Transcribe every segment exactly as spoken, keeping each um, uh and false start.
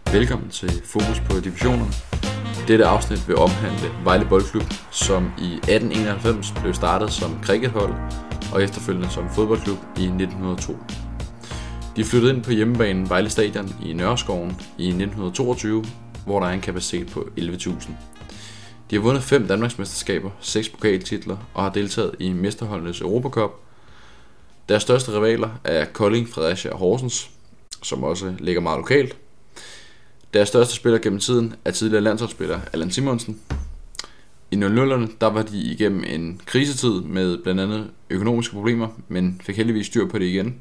Velkommen til Fokus på divisionerne. Dette afsnit vil omhandle Vejle Boldklub, som i atten enoghalvfems blev startet som crickethold og efterfølgende som fodboldklub i nitten hundrede og to. De flyttede ind på hjemmebanen Vejle Stadion i Nørreskoven i nitten toogtyve, hvor der er en kapacitet på elleve tusind. De har vundet fem Danmarksmesterskaber, seks pokaltitler og har deltaget i Mesterholdenes Europacup. Deres største rivaler er Kolding, Fredericia og Horsens, som også ligger meget lokalt. Deres største spiller gennem tiden er tidligere landsholdsspiller Allan Simonsen. I nullerne der var de igennem en krisetid med blandt andet økonomiske problemer, men fik heldigvis styr på det igen.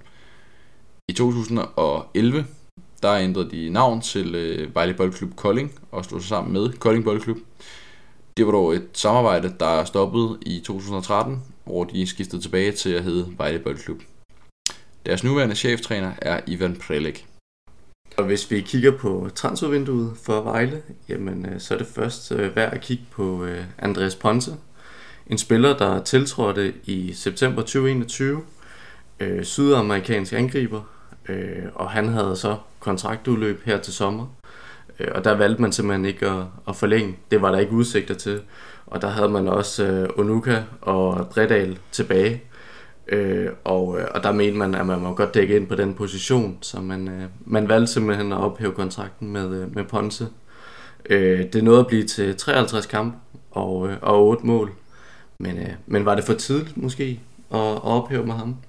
I to tusind og elleve der ændrede de navn til øh, Vejle Boldklub Kolding og slog sig sammen med Kolding Boldklub. Det var dog et samarbejde, der stoppede i to tusind og tretten, hvor de skiftede tilbage til at hedde Vejle Boldklub. Deres nuværende cheftræner er Ivan Prelec. Og hvis vi kigger på transfervinduet for Vejle, jamen så er det først værd at kigge på Andreas Ponce. En spiller, der tiltrådte i september tyve enogtyve, øh, sydamerikansk angriber, øh, og han havde så kontraktudløb her til sommer. Øh, og der valgte man simpelthen ikke at, at forlænge. Det var der ikke udsigter til. Og der havde man også øh, Onuka og Bredal tilbage. Øh, og, og der mente man, at man må godt dække ind på den position, så man, øh, man valgte simpelthen at ophæve kontrakten med, øh, med Ponce. Øh, det nåede at blive til treoghalvtreds kampe og, øh, og otte mål, men, øh, men var det for tidligt måske at, at ophæve med ham?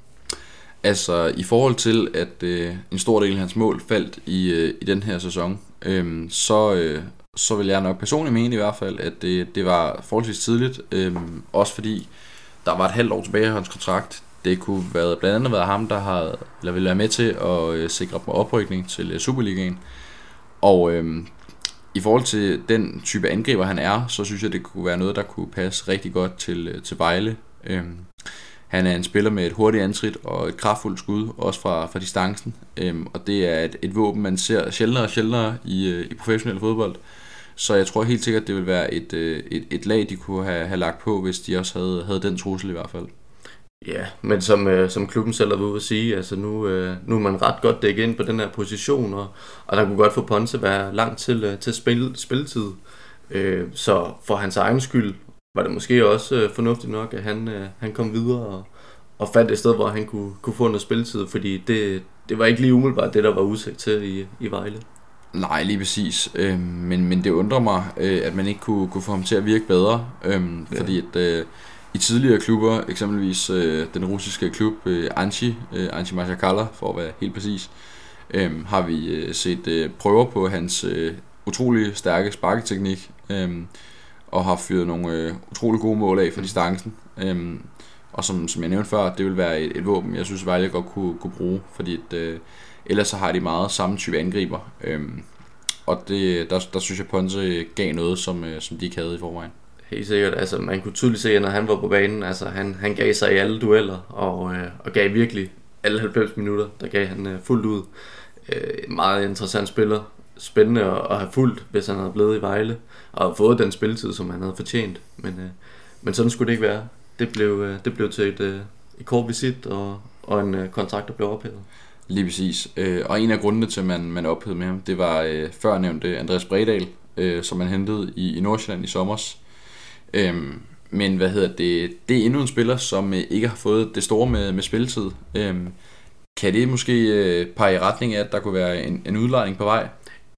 Altså i forhold til, at øh, en stor del af hans mål faldt i, øh, i den her sæson, øh, så, øh, så vil jeg nok personligt mene i hvert fald, at det, det var forholdsvis tidligt, øh, også fordi der var et halvt år tilbage i hans kontrakt. Det kunne være, blandt andet være ham, der har, eller ville være med til at øh, sikre dem oprykning til øh, Superligaen. Og øh, i forhold til den type angriber, han er, så synes jeg, det kunne være noget, der kunne passe rigtig godt til, øh, til Vejle. Øh, han er en spiller med et hurtigt antrit og et kraftfuldt skud, også fra, fra distancen. Øh, og det er et, et våben, man ser sjældnere og sjældnere i, øh, i professionel fodbold. Så jeg tror helt sikkert, det vil være et, øh, et, et lag, de kunne have, have lagt på, hvis de også havde, havde den trussel i hvert fald. Ja, men som, øh, som klubben selv har været ude at sige, altså nu, øh, nu er man ret godt dækket ind på den her position, og, og der kunne godt få Ponce være langt til, øh, til spil, spilletid. Øh, så for hans egen skyld var det måske også øh, fornuftigt nok, at han, øh, han kom videre og, og fandt et sted, hvor han kunne, kunne få noget spilletid, fordi det, det var ikke lige umiddelbart det, der var udsigt til i, i Vejle. Nej, lige præcis. Øh, men, men det undrer mig, øh, at man ikke kunne, kunne få ham til at virke bedre, øh, ja. fordi at øh, i tidligere klubber, eksempelvis øh, den russiske klub øh, Anchi, øh, Anchi Machakala, for at være helt præcis, øh, har vi øh, set øh, prøver på hans øh, utrolig stærke sparketeknik, øh, og har fyret nogle øh, utrolig gode mål af for distancen. Øh, og som, som jeg nævnte før, det vil være et, et våben, jeg synes Vejle godt kunne, kunne bruge, fordi at, øh, ellers så har de meget samme type angriber. Øh, og det, der, der synes jeg, Ponce gav noget, som, øh, som de ikke havde i forvejen. Helt sikkert, altså man kunne tydeligt se, at når han var på banen, altså han, han gav sig i alle dueller, og, øh, og gav virkelig alle halvfems minutter, der gav han øh, fuldt ud. Øh, meget interessant spiller, spændende at, at have fulgt, hvis han havde blevet i Vejle, og fået den spilletid, som han havde fortjent. Men, øh, men sådan skulle det ikke være. Det blev, øh, det blev til et, øh, et kort visit, og, og en øh, kontrakt, der blev ophævet. Lige præcis. Øh, og en af grundene til, at man, man ophævede med ham, det var øh, førnævnte Andreas Bredal, øh, som man hentede i, i Nordsjælland i sommers. Øhm, men hvad hedder det, det er endnu en spiller, som øh, ikke har fået det store med, med spilletid. Øhm, kan det måske øh, pege i retning af, at der kunne være en, en udlejning på vej?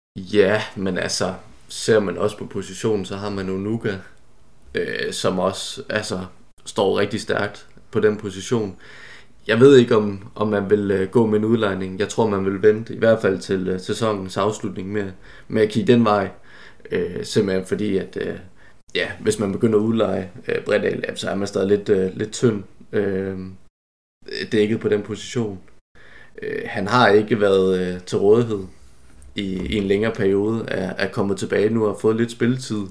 Ja, men altså, ser man også på positionen, så har man Onuka, øh, som også altså, står rigtig stærkt på den position. Jeg ved ikke, om, om man vil øh, gå med en udlejning. Jeg tror, man vil vente, i hvert fald til øh, sæsonens afslutning, med, med at kigge den vej. Øh, simpelthen fordi, at øh, ja, hvis man begynder at udleje øh, Bredal, så er man stadig lidt, øh, lidt tynd øh, dækket på den position. Øh, han har ikke været øh, til rådighed i, i en længere periode, er, er kommet tilbage nu og har fået lidt spilletid.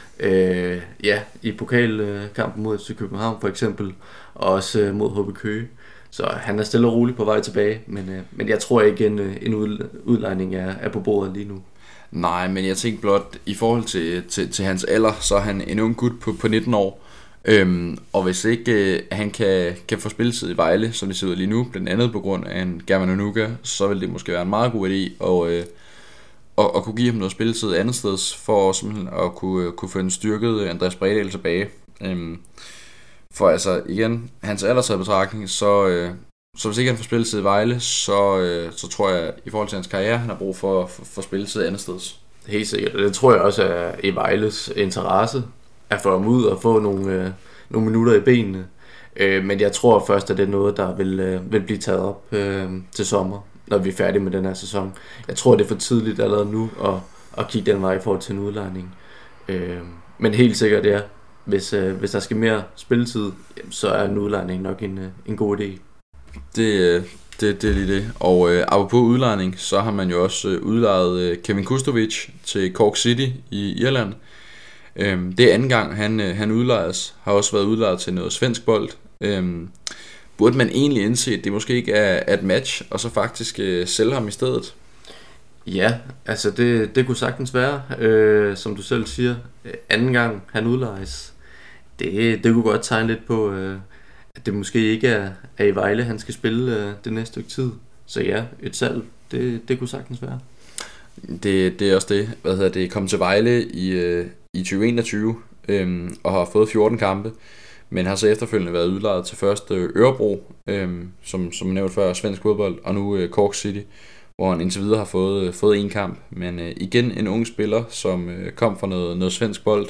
Øh, ja, i pokalkampen mod F C København for eksempel, og også øh, mod H B Køge. Så han er stille og roligt på vej tilbage, men, øh, men jeg tror ikke, en, en udlejning er, er på bordet lige nu. Nej, men jeg tænker blot, i forhold til, til, til hans alder, så er han en ung gut på, på nitten år. Øhm, og hvis ikke øh, han kan, kan få spilletid i Vejle, som det ser ud lige nu, blandt andet på grund af en German Onuka, så vil det måske være en meget god idé at, øh, og, og kunne give ham noget spilletid andet sted, for simpelthen at kunne, kunne få en styrket Andreas Bredal tilbage. Øhm, for altså igen, hans aldersaget betragtning, så, øh, så hvis ikke han får spilletid i Vejle, så, øh, så tror jeg i forhold til hans karriere, han har brug for, for, for spilletid andet sted. Helt sikkert, det tror jeg også er i Vejles interesse, at få ham ud og få nogle, øh, nogle minutter i benene. Øh, men jeg tror først, at det er noget, der vil, øh, vil blive taget op øh, til sommer, når vi er færdige med den her sæson. Jeg tror, det er for tidligt allerede nu at, at kigge den vej i forhold til en udlejning. Øh, men helt sikkert, ja, hvis, øh, hvis der skal mere spilletid, så er en udlejning nok en, øh, en god idé. Det, det, det er lige det. Og øh, apropos udlejning, så har man jo også øh, udlejet øh, Kevin Kustovic til Cork City i Irland. Øhm, det er anden gang, han, øh, han udlejes. Har også været udlejet til noget svensk bold. Øhm, burde man egentlig indse, at det måske ikke er, er et match, og så faktisk øh, sælge ham i stedet? Ja, altså det, det kunne sagtens være, øh, som du selv siger, anden gang han udlejes. Det, det kunne godt tegne lidt på, øh, at det måske ikke er, er i Vejle, han skal spille øh, det næste stykke tid. Så ja, et salg, det, det kunne sagtens være. Det, det er også det. Hvad hedder det? Kom til Vejle i, øh, i tyve enogtyve øhm, og har fået fjorten kampe, men har så efterfølgende været udlejet til først øh, Ørebro, øhm, som, som nævnt før, svensk fodbold, og nu øh, Cork City, hvor han indtil videre har fået, øh, fået en kamp. Men øh, igen en ung spiller, som øh, kom fra noget, noget svensk bold.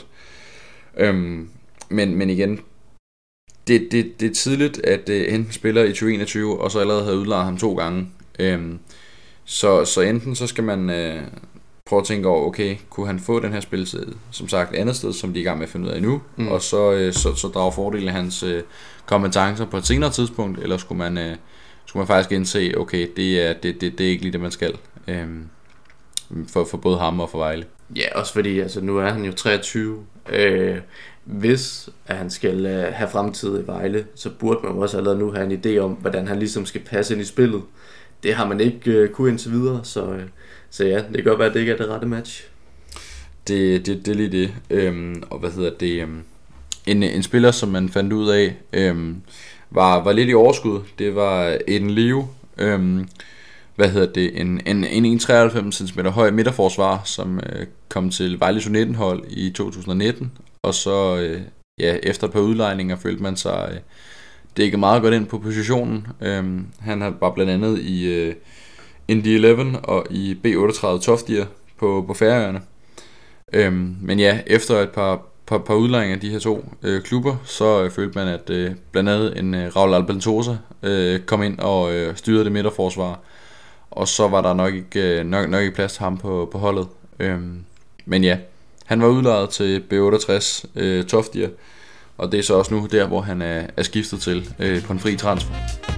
Øhm, men, men igen, det, det, det er tidligt, at øh, enten spiller i tyve enogtyve, og så allerede havde udlejet ham to gange. Øhm, så, så enten så skal man øh, prøve at tænke over, okay, kunne han få den her spilletid, som sagt andet sted, som de er i gang med at finde ud af nu, mm. og så, øh, så, så drage fordel af hans øh, kompetencer på et senere tidspunkt, eller skulle man, øh, skulle man faktisk indse, okay, det er, det, det, det er ikke lige det, man skal, øh, for, for både ham og for Vejle. Ja, også fordi altså, nu er han jo treogtyve. Øh, hvis at han skal øh, have fremtid i Vejle, så burde man også allerede nu have en idé om, hvordan han ligesom skal passe ind i spillet. Det har man ikke øh, kunne indtil videre, så, øh, så ja, det kan godt være, at det ikke er det rette match. Det, det, det er lige det. Øhm, og hvad hedder det? Øhm, en, en spiller, som man fandt ud af, øhm, var, var lidt i overskud. Det var Eden Leo. Øhm, hvad hedder det? En, en, en en komma treoghalvfems centimeter høj midterforsvar, som øh, kom til Vejles U nitten hold i to tusind nitten. Og så øh, ja, efter et par udlejninger følte man sig øh, dækket meget godt ind på positionen. Øhm, han var blandt andet i øh, Indy elleve og i B otteogtredive Toftier på, på Færøerne. Øhm, men ja, efter et par, par, par udlejninger af de her to øh, klubber, så øh, følte man, at øh, blandt andet en øh, Raul Albentosa øh, kom ind og øh, styrede det midterforsvar. Og så var der nok ikke, øh, nok, nok ikke plads til ham på, på holdet. Øhm, men ja, han var udlejet til B otteogtres øh, Toftier. Og det er så også nu der, hvor han er, er skiftet til øh, på en fri transfer.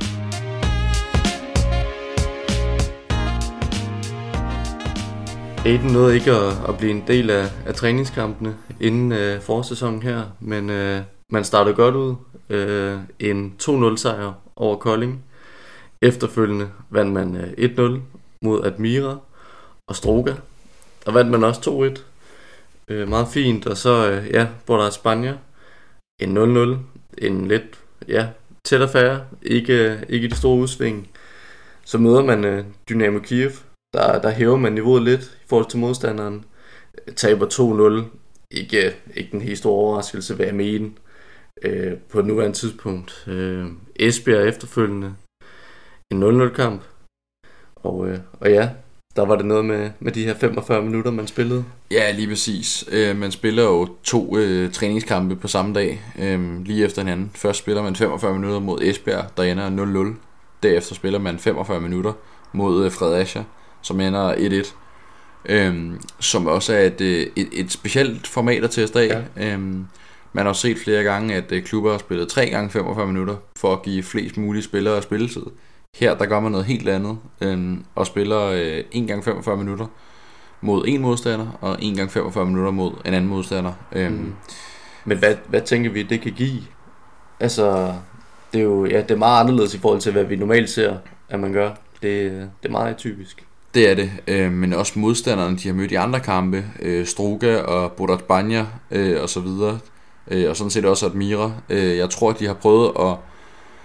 Aiden nåede ikke at, at blive en del af, af træningskampene inden øh, forsæsonen her, men øh, man startede godt ud. Øh, en to nul sejr over Kolding. Efterfølgende vandt man øh, et nul mod Admira og Struga. Der vandt man også to et. Øh, meget fint, og så øh, ja, Borja Spania. En nul nul, en lidt, ja, tæt affære, ikke, ikke de store udsving. Så møder man uh, Dynamo Kiev, der, der hæver man niveauet lidt i forhold til modstanderen. Taber to nul, ikke, ikke den helt store overraskelse, hvad jeg mener, uh, på et nuværende tidspunkt. Uh, Esbjerg efterfølgende, en nul nul kamp, og, uh, og ja, der var det noget med, med de her femogfyrre minutter, man spillede. Ja, lige præcis. Øh, man spiller jo to øh, træningskampe på samme dag, øh, lige efter hinanden. Først spiller man femogfyrre minutter mod Esbjerg, der ender nul nul. Derefter spiller man femogfyrre minutter mod øh, Fredericia, som ender et et. Øh, som også er et, et, et specielt format at teste af. Ja. Øh, man har set flere gange, at øh, klubber har spillet tre gange femogfyrre minutter, for at give flest mulige spillere spilletid. Her der gør man noget helt andet, øh, og spiller øh, en gang femogfyrre minutter mod en modstander, og en gang femogfyrre minutter mod en anden modstander. Øh. Mm. Men hvad, hvad tænker vi, det kan give? Altså, det er jo ja, det er meget anderledes i forhold til, hvad vi normalt ser, at man gør. Det, det er meget typisk. Det er det, øh, men også modstanderne, de har mødt i andre kampe, øh, Struga og Borja Spania øh, og så videre, øh, og sådan set også Admira. Øh, jeg tror, at de har prøvet at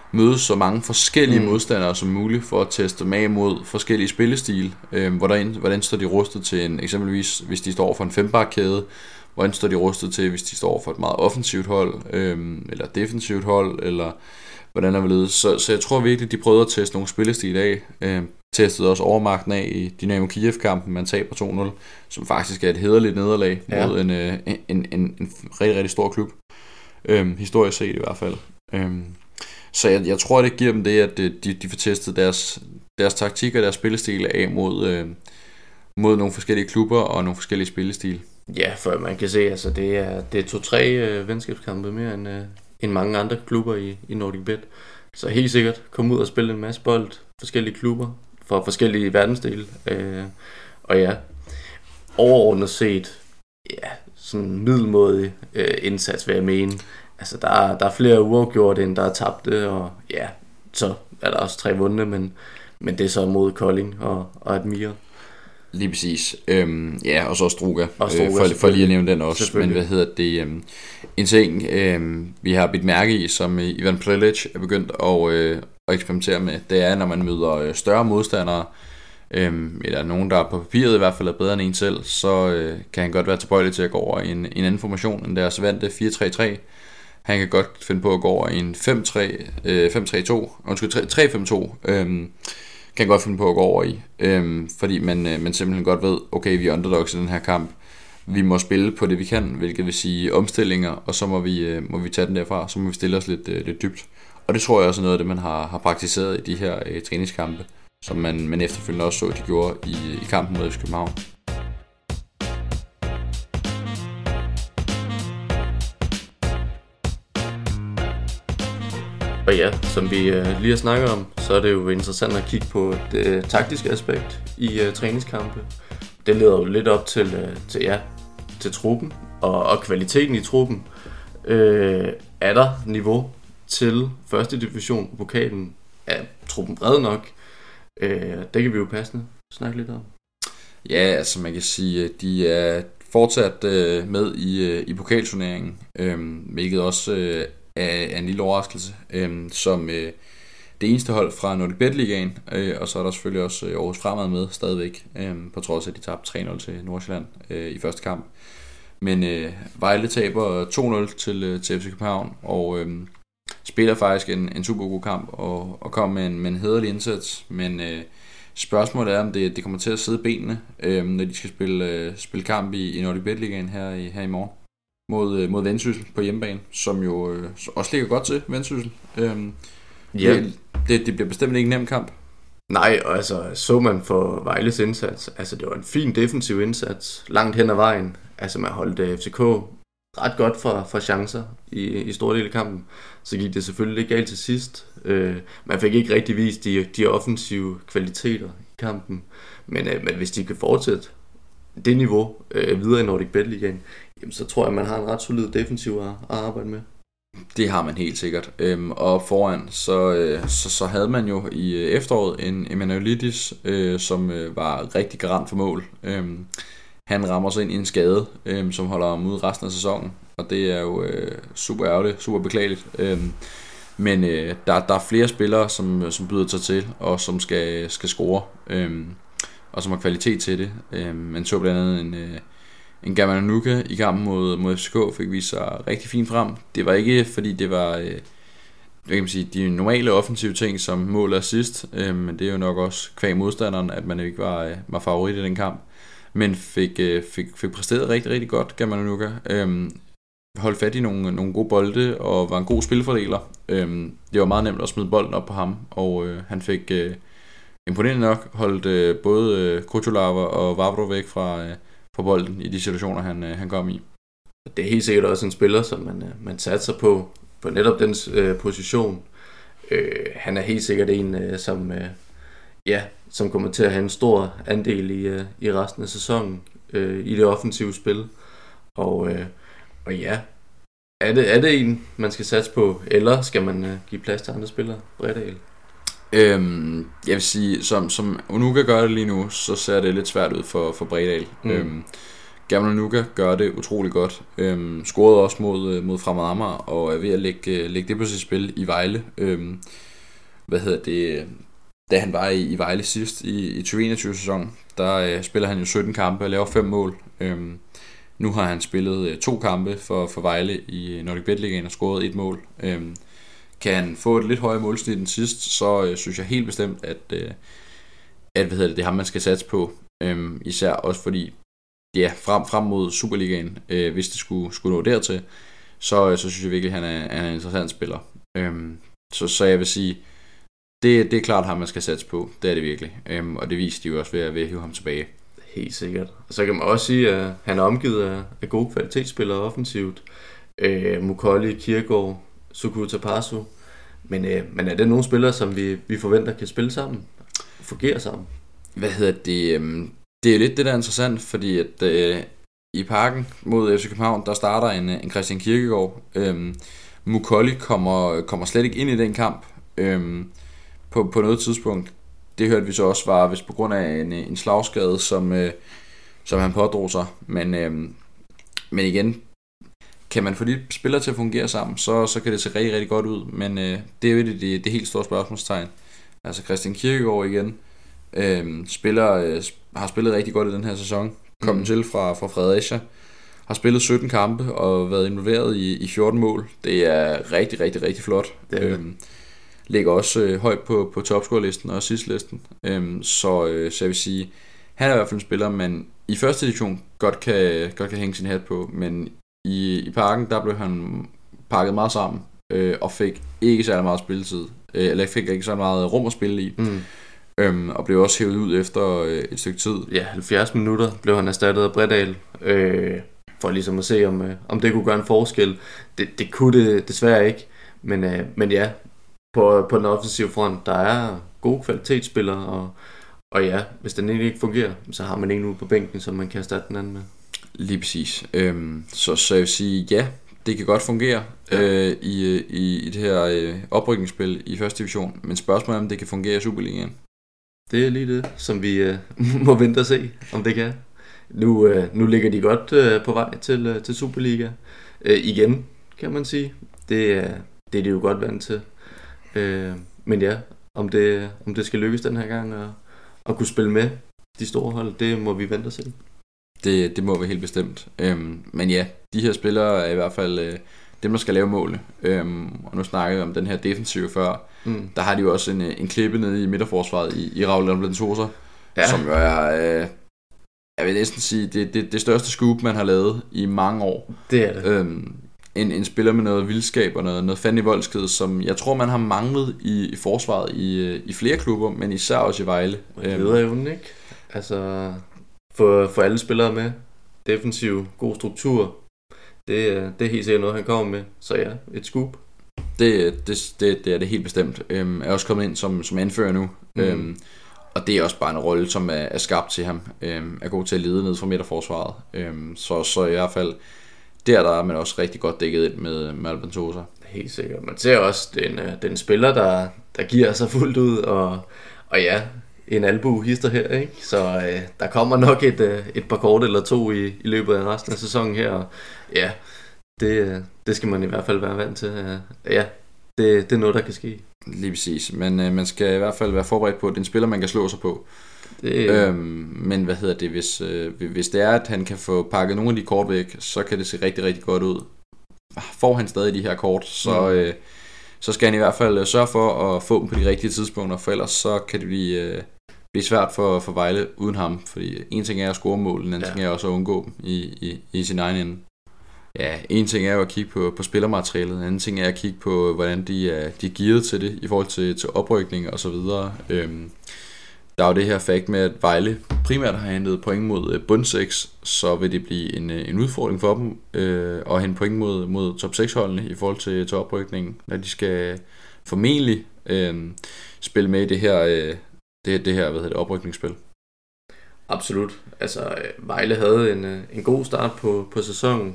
møde så mange forskellige mm. modstandere som muligt for at teste dem af mod forskellige spillestil. Øh, hvordan, hvordan står de rustet til en, eksempelvis hvis de står for en fembakkæde, hvordan står de rustet til, hvis de står for et meget offensivt hold, øh, eller defensivt hold, eller hvordan er det. Så, så jeg tror virkelig, de prøvede at teste nogle spillestil af. Øh, testede også overmagten af i Dynamo Kiev-kampen, man taber to nul, som faktisk er et hæderligt nederlag ja. mod en, en, en, en, en rigtig, rigtig stor klub. Øh, historisk set i hvert fald. Øh, så jeg, jeg tror, det giver dem det, at de, de får testet deres, deres taktik og deres spillestil af mod, øh, mod nogle forskellige klubber og nogle forskellige spillestil. Ja, for man kan se, altså det er, det er to-tre øh, venskabskampe mere end, øh, end mange andre klubber i, i Nordic Bet. Så helt sikkert komme ud og spille en masse bold, forskellige klubber fra forskellige verdensdele. Øh, og ja, overordnet set, ja, sådan en middelmådig øh, indsats, vil jeg mene. Altså der er, der er flere uafgjorte, end der er tabte, og ja, så er der også tre vundne, men, men det er så mod Kolding og, og Admira. Lige præcis. Øhm, ja, og så Struga, og Struga øh, for, for lige at nævne den også. Men hvad hedder det? Øhm, en ting, øhm, vi har bidt mærke i, som Ivan Prelic er begyndt at, øh, at eksperimentere med, det er, når man møder øh, større modstandere, øhm, eller nogen, der på papiret i hvert fald er bedre end en selv, så øh, kan han godt være tilbøjelig til at gå over i en, en anden formation end deres vante fire tre tre. Han kan godt finde på at gå over i en fem tre to, undskyld, tre fem to, øhm, kan godt finde på at gå over i, øhm, fordi man, øh, man simpelthen godt ved, okay, vi er underdogs i den her kamp, vi må spille på det vi kan, hvilket vil sige omstillinger, og så må vi, øh, må vi tage den derfra, så må vi stille os lidt, øh, lidt dybt. Og det tror jeg også er noget af det, man har, har praktiseret i de her øh, træningskampe, som man, man efterfølgende også så, de gjorde i, i kampen mod F C København. Og ja, som vi øh, lige har snakket om, så er det jo interessant at kigge på det øh, taktiske aspekt i øh, træningskampe. Det leder jo lidt op til, øh, til, ja, til truppen og, og kvaliteten i truppen. Øh, er der niveau til første division på pokalen? Er truppen bred nok? Øh, det kan vi jo passende snakke lidt om. Ja, altså man kan sige, at de er fortsat øh, med i, øh, i pokalturneringen, øh, hvilket også øh, er en lille overraskelse, øh, som øh, det eneste hold fra Nordic Bet Ligaen, øh, og så er der selvfølgelig også øh, Aarhus Fremad med stadigvæk, øh, på trods af at de tabte tre nul til Nordsjælland øh, i første kamp. Men øh, Vejle taber to nul til, øh, til F C København, og øh, spiller faktisk en, en super god kamp, og, og kom med en, med en hæderlig indsats, men øh, spørgsmålet er, om det, det kommer til at sidde benene, øh, når de skal spille, øh, spille kamp i, i Nordic Bet Ligaen her i, her i morgen. Mod, mod Vendsyssel på hjemmebane, som jo øh, også ligger godt til Vendsyssel. Øhm, ja. det, det, det bliver bestemt ikke en nem kamp. Nej, og altså så man for Vejles indsats, altså det var en fin defensiv indsats, langt hen ad vejen. Altså man holdt F C K ret godt fra, fra chancer i, i store del af kampen. Så gik det selvfølgelig lidt galt til sidst. Øh, man fik ikke rigtig vist de, de offensive kvaliteter i kampen, men, øh, men hvis de kan fortsætte det niveau øh, videre i Nordic Bet Ligaen, jamen, så tror jeg, man har en ret solid defensiv at, at arbejde med. Det har man helt sikkert. Øhm, og foran, så, øh, så, så havde man jo i efteråret en Emanuelidis, øh, som øh, var rigtig garant for mål. Øhm, han rammer sig ind i en skade, øh, som holder ham ude resten af sæsonen, og det er jo øh, super ærgerligt, super beklageligt. Øhm, men øh, der, der er flere spillere, som, som byder sig til, og som skal, skal score, øh, og som har kvalitet til det. Øh, man så blandt andet en... Øh, En Germananuka i kampen mod, mod F C K fik vist sig rigtig fint frem. Det var ikke fordi det var øh, hvad kan man sige, de normale offensive ting som mål og assist, øh, men det er jo nok også kvæg modstanderen, at man ikke var, øh, var favorit i den kamp. Men fik, øh, fik, fik præsteret rigtig, rigtig godt, Germananuka. Øh, holdt fat i nogle, nogle gode bolde og var en god spilfordeler. Øh, det var meget nemt at smide bolden op på ham, og øh, han fik øh, imponerende nok holdt øh, både øh, Krutulava og Vavro væk fra... Øh, på bolden i de situationer, han, han kom i. Det er helt sikkert også en spiller, som man, man satser på, på netop den øh, position. Øh, han er helt sikkert en, øh, som, øh, ja, som kommer til at have en stor andel i, øh, i resten af sæsonen øh, i det offensive spil. Og, øh, og ja, er det, er det en, man skal satse på, eller skal man øh, give plads til andre spillere? Bredal? Øhm, jeg vil sige, som, som Onuka gør det lige nu, så ser det lidt svært ud for, for Bredal. Mm. Øhm, German Onuka gør det utrolig godt. Øhm, scorede også mod, mod Fremad Amager, og er ved at lægge, lægge det på sit spil i Vejle. Øhm, hvad hedder det? Da han var i, i Vejle sidst i, i tyve enogtyve-sæsonen, der øh, spiller han jo sytten kampe og laver fem mål. Øhm, nu har han spillet øh, to kampe for, for Vejle i Nordic Bet Ligaen og scoret et mål. Øhm, kan han få et lidt højere målsnit end sidst, så øh, synes jeg helt bestemt, at, øh, at hvad hedder det, det er ham, man skal satse på. Øhm, især også fordi, ja, frem, frem mod Superligaen, øh, hvis det skulle, skulle nå dertil, så, så synes jeg virkelig, at han er, han er en interessant spiller. Øhm, så, så jeg vil sige, det, det er klart ham, man skal satse på. Det er det virkelig. Øhm, og det viste de jo også ved at, ved at hive ham tilbage. Helt sikkert. Og så kan man også sige, at han er omgivet af, af gode kvalitetsspillere offensivt. Øh, Mukolli, Kirkegaard, Sukuta Pasu. Men, øh, men er det nogle spillere, som vi, vi forventer kan spille sammen? Fungere sammen? Hvad hedder det? Øhm, det er lidt det, der er interessant, fordi at øh, i Parken mod F C København, der starter en, en Christian Kirkegaard. Øhm, Mukolli kommer, kommer slet ikke ind i den kamp øhm, på, på noget tidspunkt. Det hørte vi så også var hvis på grund af en, en slagskade, som, øh, som han pådrog sig. Men, øh, men igen, kan man få de spillere til at fungere sammen, så, så kan det se rigtig, rigtig godt ud. Men øh, det er jo det, det, det helt store spørgsmålstegn. Altså Christian Kirkegaard igen, øh, spiller, øh, har spillet rigtig godt i den her sæson. Kommet mm. til fra, fra Fredericia. Har spillet sytten kampe og været involveret i, i fjorten mål. Det er rigtig, rigtig, rigtig flot. Det er det. Øhm, ligger også øh, højt på, på topscore-listen og assist-listen. Øhm, så, øh, så jeg vil sige, han er i hvert fald en spiller, man i første division godt kan, godt kan hænge sin hat på, men i, i Parken, der blev han pakket meget sammen øh, og fik ikke særlig meget spilletid. Øh, eller fik ikke så meget rum at spille i. Mm. Øhm, og blev også hævet ud efter øh, et stykke tid. Ja, halvfjerds minutter blev han erstattet af Bredal. Øh, for ligesom at se, om, øh, om det kunne gøre en forskel. Det, det kunne det desværre ikke. Men, øh, men ja, på, på den offensive front, der er gode kvalitetsspillere, og, og ja, hvis den egentlig ikke fungerer, så har man en ude på bænken, som man kan erstatte den anden med. Lige præcis. Øhm, så, så jeg vil sige, ja, det kan godt fungere ja. øh, i, i, i det her øh, oprykningsspil i første division, men spørgsmålet er, om det kan fungere i Superligaen. Det er lige det, som vi øh, må vente og se, om det kan. Nu, øh, nu ligger de godt øh, på vej til, øh, til Superliga. Øh, igen, kan man sige. Det, øh, det er de jo godt vant til. Øh, men ja, om det, om det skal lykkes den her gang at, at kunne spille med de store hold, det må vi vente og se. Det, det må vi helt bestemt. Øhm, men ja, de her spillere er i hvert fald øh, dem, der skal lave målene. Øhm, og nu snakker vi om den her defensive før. Mm. Der har de jo også en, en klippe nede i midterforsvaret i, i Raul Lampentosa, ja. Som jo er, øh, jeg vil næsten sige, det, det, det største scoop, man har lavet i mange år. Det er det. Øhm, en, en spiller med noget vildskab og noget, noget fandelig voldsked, som jeg tror, man har manglet i, i forsvaret i, i flere klubber, men især også i Vejle. Lederevnen, ikke? Altså, for, for alle spillere med. Defensiv, god struktur. Det, det er helt sikkert noget, han kommer med. Så ja, et scoop. Det, det, det, det er det helt bestemt. Øhm, er også kommet ind som, som anfører nu. Mm. Øhm, og det er også bare en rolle, som er, er skabt til ham. Øhm, er god til at lede ned fra midterforsvaret. Øhm, så, så i hvert fald, der, der er man også rigtig godt dækket ind med, med Albentosa. Helt sikkert. Man ser også, den, den spiller, der, der giver sig fuldt ud. Og, og ja, en albu hister her, ikke? Så øh, der kommer nok et, et par kort eller to i, i løbet af resten af sæsonen her. Og, ja, det, det skal man i hvert fald være vant til. Ja, det, det er noget, der kan ske. Lige præcis. Men øh, man skal i hvert fald være forberedt på, at det er en spiller, man kan slå sig på. Det... Øhm, men hvad hedder det, hvis, øh, hvis det er, at han kan få pakket nogle af de kort væk, så kan det se rigtig, rigtig godt ud. Får han stadig de her kort, så, mm. øh, så skal han i hvert fald sørge for at få dem på de rigtige tidspunkter, for ellers så kan det blive, øh, blive svært for, for Vejle uden ham. Fordi en ting er at score mål, en anden ja. ting er også at undgå dem i, i, i sin egen ende. Ja, en ting er jo at kigge på, på spillermaterialet, en anden ting er at kigge på, hvordan de er, de er gearet til det i forhold til, til oprykning og så videre. Øhm, der er jo det her fakt med, at Vejle primært har hentet point mod bund seks, så vil det blive en, en udfordring for dem øh, at hente point mod, mod top seks holdene i forhold til, til oprykningen, når de skal formentlig øh, spille med i det her, øh, det, det her hvad hedder det, oprykningsspil. Absolut. Altså, Vejle havde en, en god start på, på sæsonen.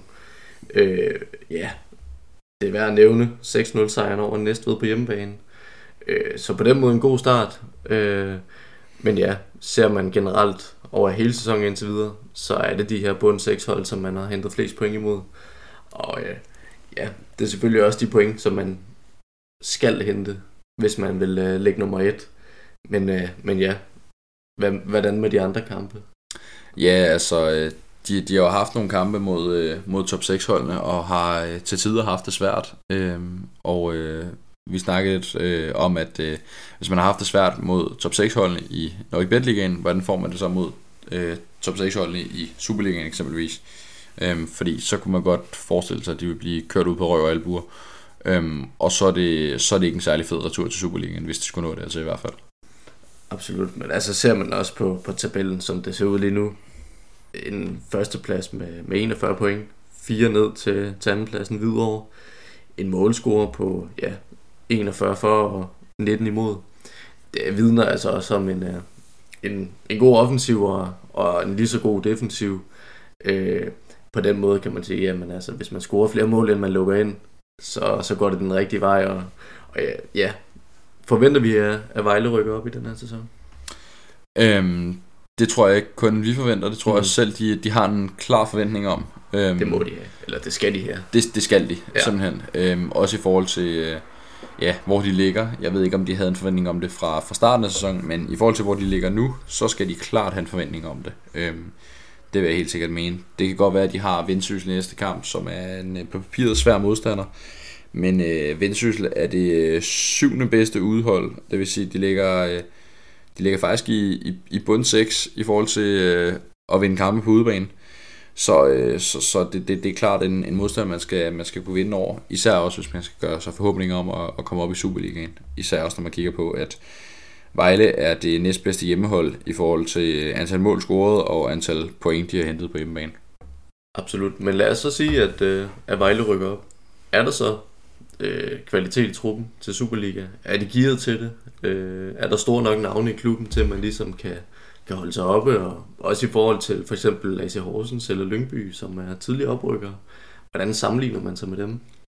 Øh, ja, det er værd at nævne seks nul sejren over Næstved på hjemmebane. Øh, så på den måde en god start. Øh, men ja, ser man generelt over hele sæsonen indtil videre, så er det de her bund seks hold, som man har hentet flest point imod. Og øh, ja, det er selvfølgelig også de point, som man skal hente, hvis man vil øh, ligge nummer et. Men, øh, men ja, Hvad, hvordan med de andre kampe? Ja, altså, de, de har jo haft nogle kampe mod, mod top seks holdene, og har til tider haft det svært. Øhm, og øh, vi snakkede øh, om, at øh, hvis man har haft det svært mod top seks holdene i NordicBet-ligaen, hvordan får man det så mod øh, top seks holdene i Superligaen eksempelvis? Øhm, fordi så kunne man godt forestille sig, at de vil blive kørt ud på røv og albuer. Øhm, og så er, det, så er det ikke en særlig fed retur til Superligaen, hvis de skulle nå det, altså i hvert fald. Absolut, men altså ser man også på, på tabellen, som det ser ud lige nu. En førsteplads med, med enogfyrre point, fire ned til, til andenpladsen Hvidovre. En målscore på ja, enogfyrre for og nitten imod. Det vidner altså også om en, en, en god offensiv og, og en lige så god defensiv. Øh, på den måde kan man sige, jamen altså, hvis man scorer flere mål, end man lukker ind, så, så går det den rigtige vej. Og, og ja, ja, forventer vi, at Vejle rykker op i den her sæson? Øhm, det tror jeg ikke kun vi forventer. Det tror mm. jeg selv, de, de har en klar forventning om. Øhm, det må de have, eller det skal de have. Det, det skal de, ja. simpelthen. Øhm, også i forhold til, øh, ja, hvor de ligger. Jeg ved ikke, om de havde en forventning om det fra, fra starten af sæsonen, men i forhold til, hvor de ligger nu, så skal de klart have en forventning om det. Øhm, det vil jeg helt sikkert mene. Det kan godt være, at de har Vendsyssel i næste kamp, som er en på papiret svær modstander. Men øh, Vendsyssel er det øh, syvende bedste udhold. Det vil sige, at de ligger, øh, de ligger faktisk i, i, i bund seks i forhold til øh, at vinde kampe på udebane. Så, øh, så, så det, det, det er klart en, en modstander, man skal, man skal kunne vinde over. Især også, hvis man skal gøre sig forhåbninger om at, at komme op i Superligaen. Især også, når man kigger på, at Vejle er det næstbedste hjemmehold i forhold til antal mål scoret og antal point, de har hentet på hjemmebane. Absolut, men lad os så sige, at, øh, at Vejle rykker op. Er der så øh, kvalitet i truppen til Superliga? Er de gearet til det? Øh, er der store nok navne i klubben til, at man ligesom kan, kan holde sig oppe? Og også i forhold til for eksempel A C Horsens eller Lyngby, som er tidligere oprykkere. Hvordan sammenligner man sig med dem?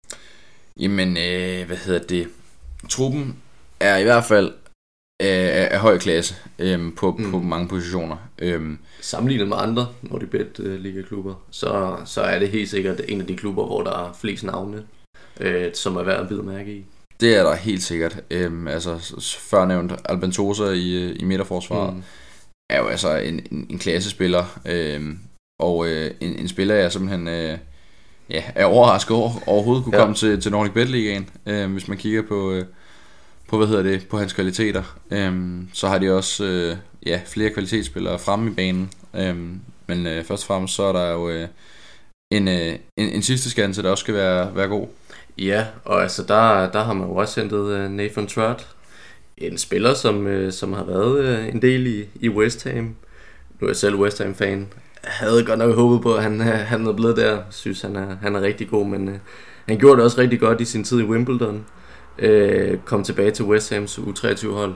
Jamen, øh, hvad hedder det? Truppen er i hvert fald af, af høj klasse øhm, på, mm. på mange positioner. Øhm. Sammenlignet med andre NordicBet-liga-klubber, så, så er det helt sikkert en af de klubber, hvor der er flest navne, øh, som er værd at bide mærke i. Det er der helt sikkert. Øhm, altså, førnævnt Albentosa i, i midterforsvaret mm. er jo altså en, en, en klassespiller, øhm, og øh, en, en spiller, jeg simpelthen øh, ja, er overrasket over overhovedet kunne ja. komme til, til NordicBet-ligaen, øh, hvis man kigger på... Øh, på hvad hedder det på hans kvaliteter. Øhm, så har de også øh, ja, flere kvalitetsspillere fremme i banen. Øhm, men øh, først og fremmest så er der jo øh, en, øh, en, en sidste skanse, der også skal være, være god. Ja, og altså der, der har man jo også hentet øh, Nathan Trott, en spiller, som, øh, som har været øh, en del i, i West Ham. Nu er jeg selv West Ham-fan. Jeg havde godt nok håbet på, at han, han er blevet der. Jeg synes, han er, han er rigtig god, men øh, han gjorde det også rigtig godt i sin tid i Wimbledon. Øh, kom tilbage til West Hams U treogtyve-hold.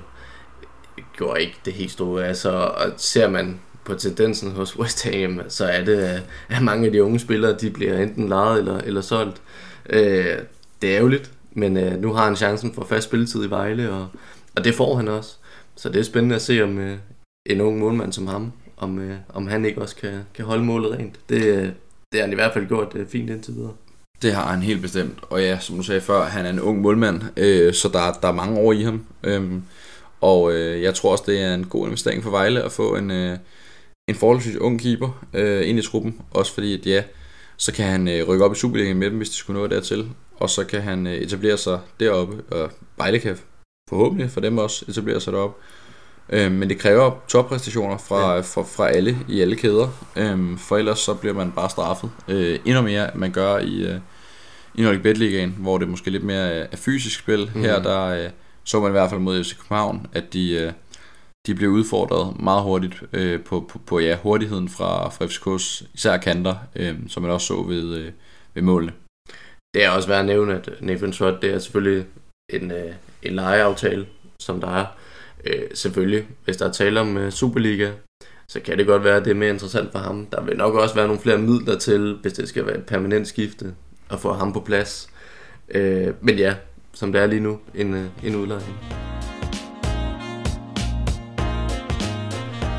Gjorde ikke det helt store. Altså, og ser man på tendensen hos West Ham, så er det, at mange af de unge spillere, de bliver enten lejet eller, eller solgt. Øh, det er ærgerligt, men øh, nu har han chancen for fast spilletid i Vejle, og, og det får han også. Så det er spændende at se, om øh, en ung målmand som ham, om, øh, om han ikke også kan, kan holde målet rent. Det, det har han i hvert fald gjort øh, fint indtil videre. Det har han helt bestemt, og ja, som du sagde før, han er en ung målmand, øh, så der, der er mange år i ham, øhm, og øh, jeg tror også, det er en god investering for Vejle at få en, øh, en forholdsvis ung keeper øh, ind i truppen, også fordi, at ja, så kan han øh, rykke op i Superligaen med dem, hvis de skulle nå dertil, og så kan han øh, etablere sig deroppe, og Vejle kan forhåbentlig for dem også etablere sig deroppe. Øh, men det kræver toppræstationer fra, ja. fra, fra alle i alle kæder, øh, for ellers så bliver man bare straffet øh, endnu mere, end man gør i, øh, i NordicBet-ligaen, hvor det måske lidt mere er fysisk spil. Mm. Her der øh, så man i hvert fald mod F C København, at de, øh, de blev udfordret meget hurtigt øh, på, på, på ja, hurtigheden fra, fra F C K's især kanter, øh, som man også så ved, øh, ved målene. Det er også værd at nævne, at Nathan Trott, det er selvfølgelig en, øh, en lejeaftale, som der er. Øh, selvfølgelig, hvis der er tale om uh, Superliga, så kan det godt være, at det er mere interessant for ham. Der vil nok også være nogle flere midler til, hvis det skal være et permanent skifte, at få ham på plads. Øh, men ja, som det er lige nu, en, uh, en udlejning.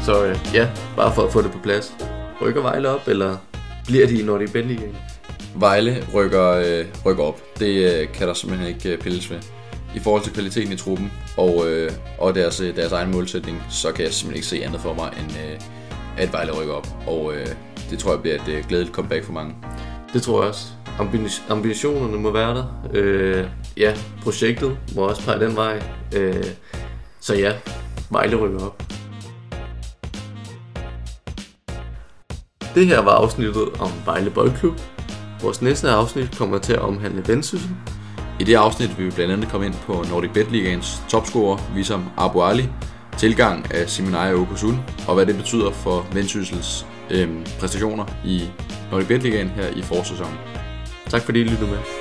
Så øh, ja, bare for at få det på plads. Rykker Vejle op, eller bliver de i Nordic Bet Ligaen? Vejle rykker, øh, rykker op. Det øh, kan der simpelthen ikke øh, pilles ved. I forhold til kvaliteten i truppen og, øh, og deres, deres egen målsætning, så kan jeg simpelthen ikke se andet for mig, end øh, at Vejle rykker op. Og øh, det tror jeg bliver et øh, glædeligt comeback for mange. Det tror jeg også. Ambi- ambitionerne må være der. Øh, ja, projektet må også pege den vej. Øh, så ja, Vejle rykker op. Det her var afsnittet om Vejle Boldklub. Vores næste afsnit kommer til at omhandle Vendsyssel. I det afsnit vil vi blandt andet komme ind på Nordic Bet Ligaens topscorer, Wissam Abu Ali, tilgang af Siminaya Okusun, og hvad det betyder for Vendsyssels øh, præstationer i Nordic Bet Ligaen her i forårssæsonen. Tak fordi I lyttede med.